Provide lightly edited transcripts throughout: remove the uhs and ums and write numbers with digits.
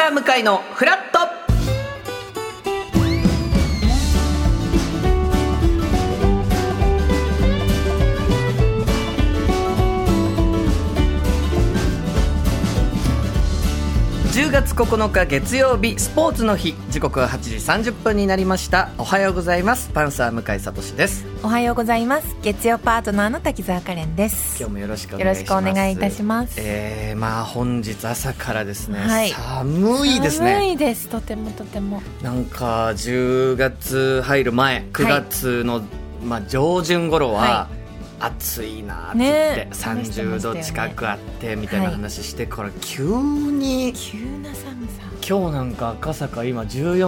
サー向井のフラット。10月9日月曜日、スポーツの日、時刻は8時30分になりました。おはようございます。パンサー向井聡です。 おはようございます。月曜パートナーの滝沢カレンです。 今日もよろしくお願いします。 よろしくお願いいたします。 本日朝からですね、 はい、 寒いですね。 寒いです。とてもとても。 なんか10月入る前、9月の、上旬頃は、はい、暑いなって言って、30度近くあってみたいな話してから、急な寒さ。 今日なんか赤坂今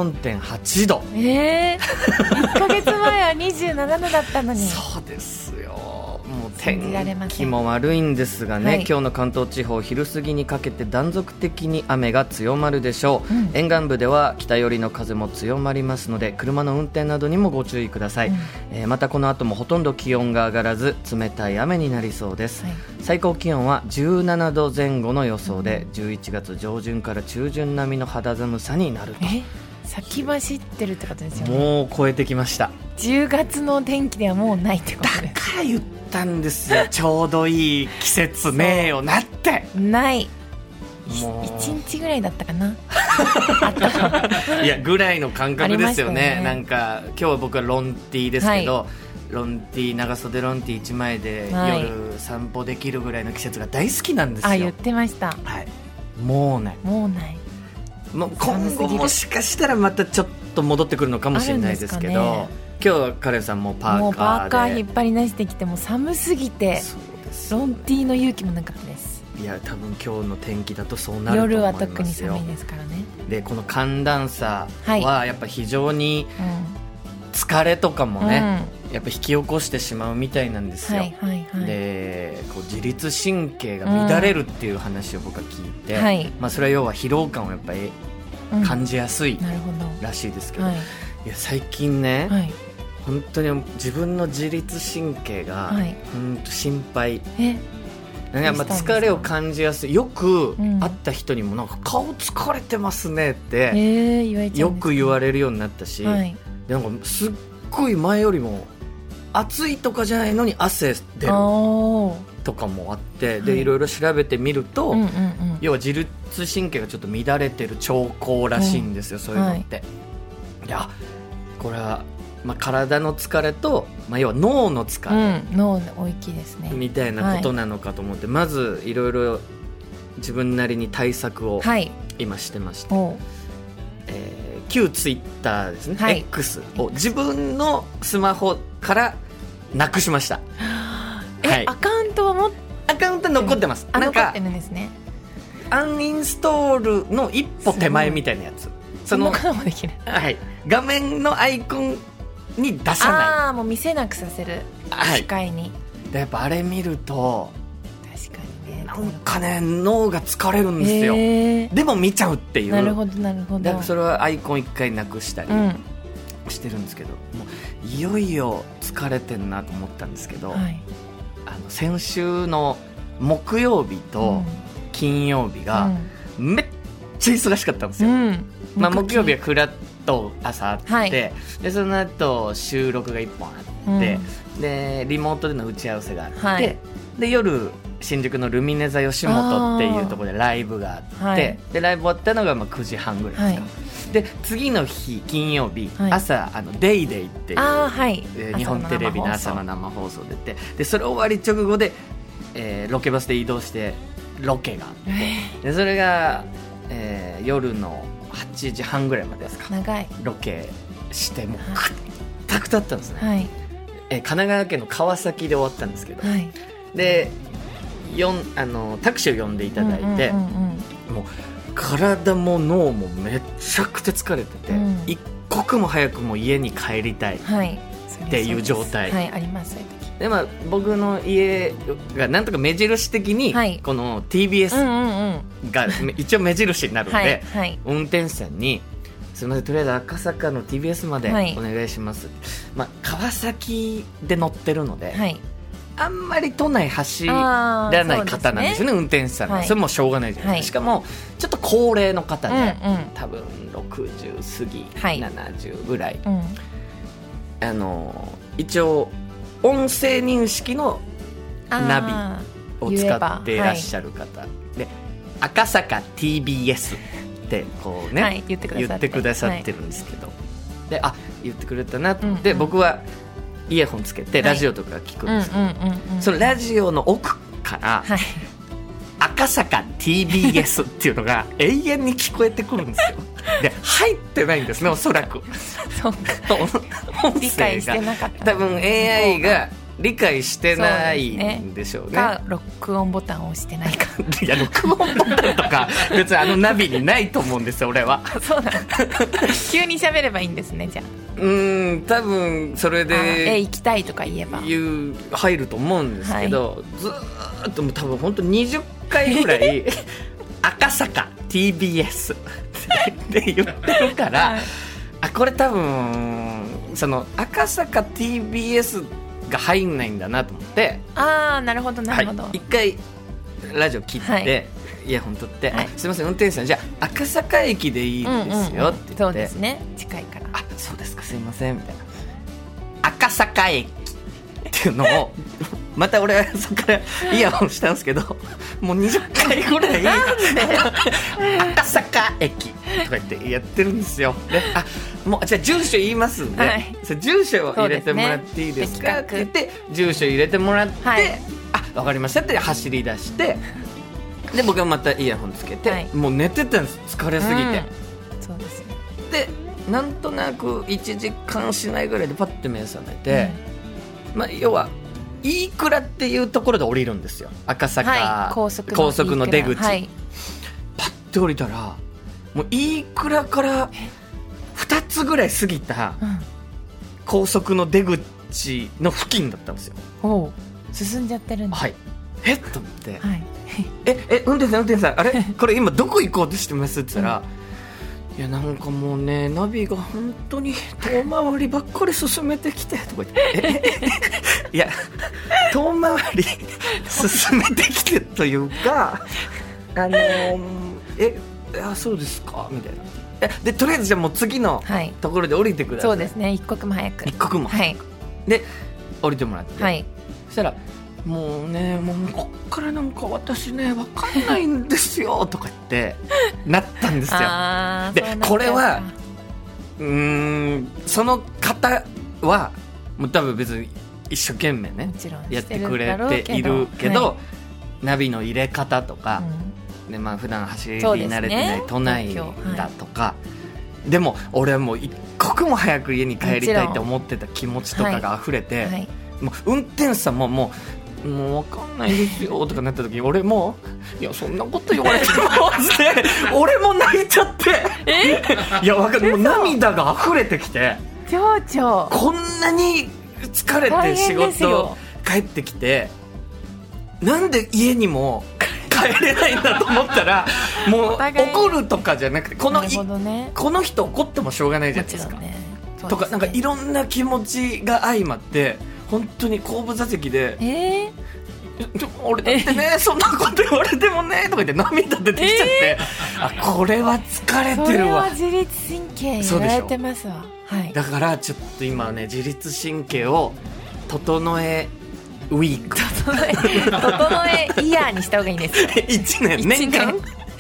14.8 度。 1ヶ月前は27度だったのに。 そうですよ。もう天気も悪いんですがね、はい、今日の関東地方昼過ぎにかけて断続的に雨が強まるでしょう、沿岸部では北寄りの風も強まりますので、車の運転などにもご注意ください、またこの後もほとんど気温が上がらず冷たい雨になりそうです、最高気温は17度前後の予想で、11月上旬から中旬並みの肌寒さになると。 先走ってるってことですよね。 もう超えてきました。 10月の天気ではもうないってことです。 だから言ったんですよちょうどいい季節ねえよなって。 ないもう1日ぐらいだったかないやぐらいの感覚ですよ ね。なんか今日は僕はロンティーですけど、ロンティー、長袖ロンティー1枚で夜散歩できるぐらいの季節が大好きなんですよ。 言ってました、 もうないもう今後もしかしたらまたちょっと戻ってくるのかもしれないですけど、今日はカレンさんもパーカー引っ張り出してきても寒すぎて、ロンティーの勇気もなかったです。 いや多分今日の天気だとそうなると思いますよ。 夜は特に寒いですからね。 でこの寒暖差はやっぱ非常に疲れとかもね、やっぱ引き起こしてしまうみたいなんですよ、でこう自律神経が乱れるっていう話を僕は聞いて、それは要は疲労感をやっぱり感じやすいらしいですけど、いや最近ね、本当に自分の自律神経が本当心配。疲れを感じやすい。よく会った人にもなんか顔疲れてますねってよく言われるようになったし、なんかすっごい前よりも暑いとかじゃないのに汗出るとかもあって、でいろいろ調べてみると、要は自律神経がちょっと乱れてる兆候らしいんですよ、そういうのって、いやこれは体の疲れと、要は脳の疲れ、 脳大きいですねみたいなことなのかと思って、まずいろいろ自分なりに対策を今してまして、旧ツイッターですね、X を自分のスマホからなくしました。 アカウントはアカウント残ってます。 残ってるんですね。 アンインストールの一歩手前みたいなやつ、 そのこともできる、 画面のアイコンに出さない、 もう見せなくさせる、視界に、 でやっぱあれ見ると確かにね、 なんかね脳が疲れるんですよ、でも見ちゃうっていう。 なるほどなるほど。 だからそれはアイコン一回なくしたりしてるんですけど、もういよいよ疲れてんなと思ったんですけど、先週の木曜日と金曜日がめっちゃ忙しかったんですよ、木曜日はフラット朝あって、でその後収録が1本あって、でリモートでの打ち合わせがあって、で夜新宿のルミネ座吉本っていうところでライブがあって、でライブ終わったのが9時半ぐらいですか、で次の日金曜日、朝デイデイっていう、日本テレビの朝の生放送出て、でそれ終わり直後で、ロケバスで移動してロケがあって、でそれが、夜の8時半ぐらいまでですか、 長いロケしてもうくったくたったんですね、神奈川県の川崎で終わったんですけど、でタクシーを呼んでいただいて、もう体も脳もめちゃくちゃ疲れてて、一刻も早くもう家に帰りたいっていう状態、 あります。 で僕の家がなんとか目印的に、この TBS が一応目印になるので、運転手さんにすみませんとりあえず赤坂の TBS までお願いします、川崎で乗ってるので、 あんまり都内走らない方なんですよね、運転手さんが、はい、それもしょうがないじゃないですか、はい、しかもちょっと高齢の方で、多分60過ぎ、はい、70ぐらい、一応音声認識のナビを使っていらっしゃる方、はい、で赤坂 TBS ってこうね、はい、言ってくださってるんですけど、で言ってくれたなと思って、僕はイヤホンつけてラジオとか聞くんですけど、そのラジオの奥から、はい、赤坂 TBS っていうのが永遠に聞こえてくるんですよ。で入ってないんですね、おそらく。 そうか理解してなかった。 多分 AI が理解してないんでしょうね。 か録音ボタンを押してないか。 いや録音ボタンとか別にナビにないと思うんですよ、俺は。 そうなん急に喋ればいいんですね、じゃあ。 多分それで行きたいとか言えば入ると思うんですけど、はい、ずーっともう多分本当20回ぐらい赤坂 TBS って言ってるから、はい、これ多分その赤坂 TBS が入んないんだなと思って、 なるほどなるほど、 はい、一回ラジオ切って、はい、イヤホン取って、はい、すいません運転手さん、じゃあ赤坂駅でいいですよって言って、 そうですね、近いから。 そうですか、すいませんみたいな、赤坂駅っていうのをまた俺はそこからイヤホンしたんですけど、もう20回ぐらい赤坂駅とか言ってやってるんですよ。でもうじゃあ住所言いますんで、はい、それ住所を入れてもらっていいですかって言って住所入れてもらって、はい、分かりましたって走り出して、で僕はまたイヤホンつけて、はい、もう寝てたんです、疲れすぎて、 そうですね。 でなんとなく1時間しないぐらいでパッて目覚めて、要は飯倉っていうところで降りるんですよ、赤坂、はい、高速の出口、はい、パッて降りたらもう飯倉から2つぐらい過ぎた高速の出口の付近だったんですよ。 進んじゃってるんだ。 はい、と思って、はい、運転手さんあれこれ今どこ行こうとしてますって言ったら、いやなんかもうねナビが本当に遠回りばっかり進めてきてとか言っていや遠回り進めてきてというかそうですかみたいな。でとりあえずじゃあもう次のところで降りてください、 そうですね、一刻も早くはい、で降りてもらって、はい、そしたらもうねもうこっからなんか私ね分かんないんですよとか言ってなったんですよ。でこれはその方はもう多分別に一生懸命ねやってくれているけど、はい、ナビの入れ方とか、で普段走り慣れてない都内だとか、でも俺はもう一刻も早く家に帰りたいと思ってた気持ちとかが溢れて、はいはい、もう運転手さんももう分かんないですよとかなった時、俺もいやそんなこと言われてもって俺も泣いちゃっていやもう涙が溢れてきて、こんなに疲れて仕事帰ってきてなんで家にも帰れないんだと思ったらもう怒るとかじゃなくてこの人怒ってもしょうがないじゃないですか、とかなんかいろんな気持ちが相まって本当に後部座席で、俺だってねそんなこと言われてもねとか言って涙出てきちゃって、これは疲れてるわ。 それは自律神経やられてますわ、はい、 だからちょっと今ね自律神経を整えウィーク整えイヤーにした方がいいんですよ年間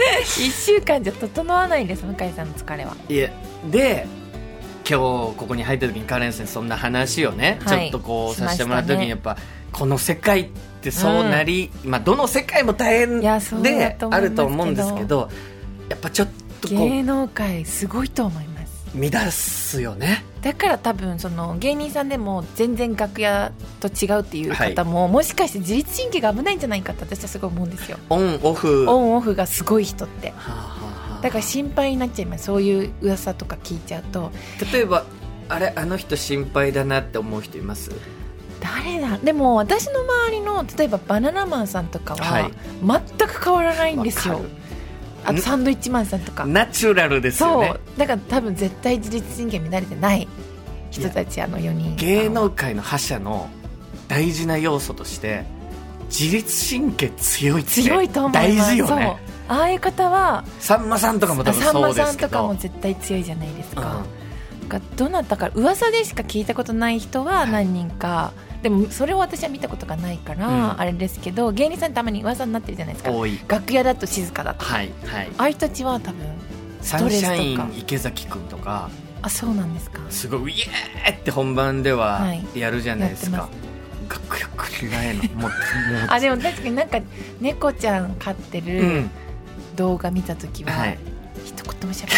1週間じゃ整わないんです、向井さんの疲れは。 いやで今日ここに入った時にカレンさんそんな話をね、はい、ちょっとこうさせてもらった時にやっぱこの世界ってそうなり、どの世界も大変であると思うんですけど、やっぱちょっとこう芸能界すごいと思います。 乱すよね。 だから多分その芸人さんでも全然楽屋と違うっていう方も、もしかして自律神経が危ないんじゃないかって私はすごい思うんですよ。 オンオフがすごい人って、だから心配になっちゃいます、そういう噂とか聞いちゃうと。 例えばあの人心配だなって思う人います？ 誰だ。でも私の周りの例えばバナナマンさんとかは全く変わらないんですよ、あとサンドイッチマンさんとかナチュラルですよね。 そうだから多分絶対自律神経乱れてない人たち、4人芸能界の覇者の大事な要素として自律神経強いって強いと思います。 大事よね。 ああいう方はさんまさんとかも多分そうですけど、 さんまさんとかも絶対強いじゃないですか、どなたか噂でしか聞いたことない人は何人か、でもそれを私は見たことがないから、あれですけど、芸人さんたまに噂になってるじゃないですか。楽屋だと静かだとか、ああいう人たちは多分サンシャイン池崎くんとか、 そうなんですか。 すごいイエーって本番ではやるじゃないですか、楽屋来ないのもうでも確かになんか猫ちゃん飼ってる動画見たときは、一言もしゃ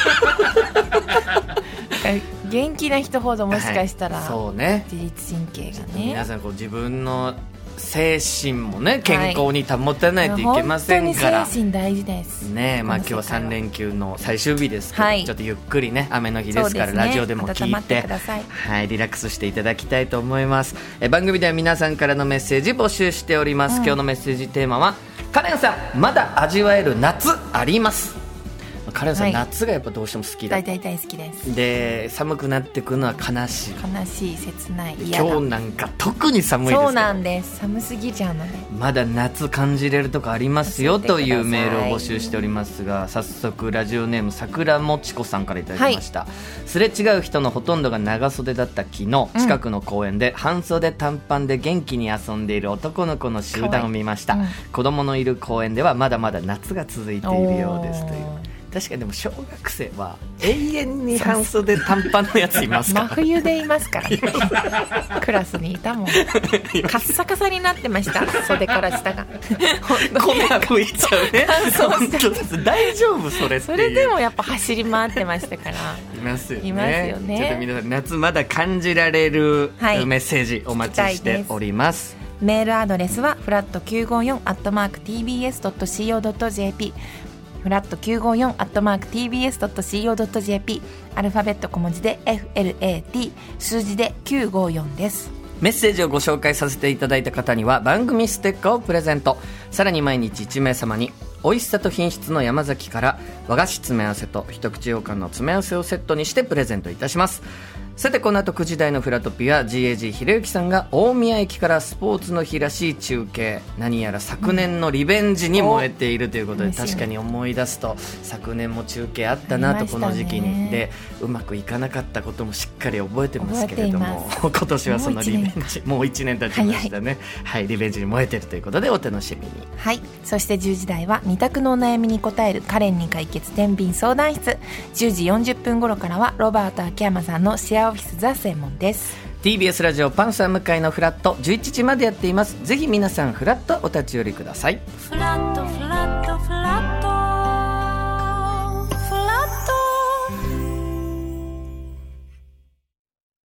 べらない元気な人ほどもしかしたら、そうね、自律神経がね、 皆さんこう自分の精神もね健康に保たないといけませんから、 本当に精神大事ですね。 今日は3連休の最終日ですけど、ちょっとゆっくりね、雨の日ですからラジオでも聞いて、リラックスしていただきたいと思います。番組では皆さんからのメッセージ募集しております。今日のメッセージテーマは、カレンさんまだ味わえる夏あります。カレンさん、夏がやっぱどうしても好きだ。 大好きです。 で、寒くなってくるのは悲しい切ない、嫌だ。 今日なんか特に寒いですけど。 そうなんです、寒すぎちゃうので、 まだ夏感じれるとこありますよというメールを募集しておりますが、早速ラジオネーム桜もちこさんからいただきました、すれ違う人のほとんどが長袖だった昨日、近くの公園で半袖短パンで元気に遊んでいる男の子の集団を見ました。子供のいる公園ではまだまだ夏が続いているようですという。確かにでも小学生は永遠に半袖短パンのやついますから真冬でいますからねクラスにいたもん、カッサカサになってました、袖から下が粉吹いちゃうね大丈夫それっていう。 それでもやっぱ走り回ってましたからいますよね。 ちょっと皆さん夏まだ感じられるメッセージお待ちしております。 メールアドレスはflat954@tbs.co.jp、フラット 954@tbs.co.jp、 アルファベット小文字で FLAT 数字で954です。 メッセージをご紹介させていただいた方には番組ステッカーをプレゼント。さらに毎日1名様に美味しさと品質の山崎から和菓子詰め合わせと一口羊羹の詰め合わせをセットにしてプレゼントいたします。さてこの後9時台のフラトピは GAG ひろゆきさんが大宮駅からスポーツの日らしい中継、何やら昨年のリベンジに燃えているということで、確かに思い出すと昨年も中継あったなとこの時期に、でうまくいかなかったこともしっかり覚えてますけれども、今年はそのリベンジもう1年経ちましたね。リベンジに燃えているということでお楽しみに。 そして10時台は2択のお悩みに答えるカレンに解決天秤相談室、10時40分頃からはロバート秋山さんのシェアオフィスザ専門です。 TBS ラジオパンサー向井のフラット11時までやっています。ぜひ皆さんフラットお立ち寄りください。 フラット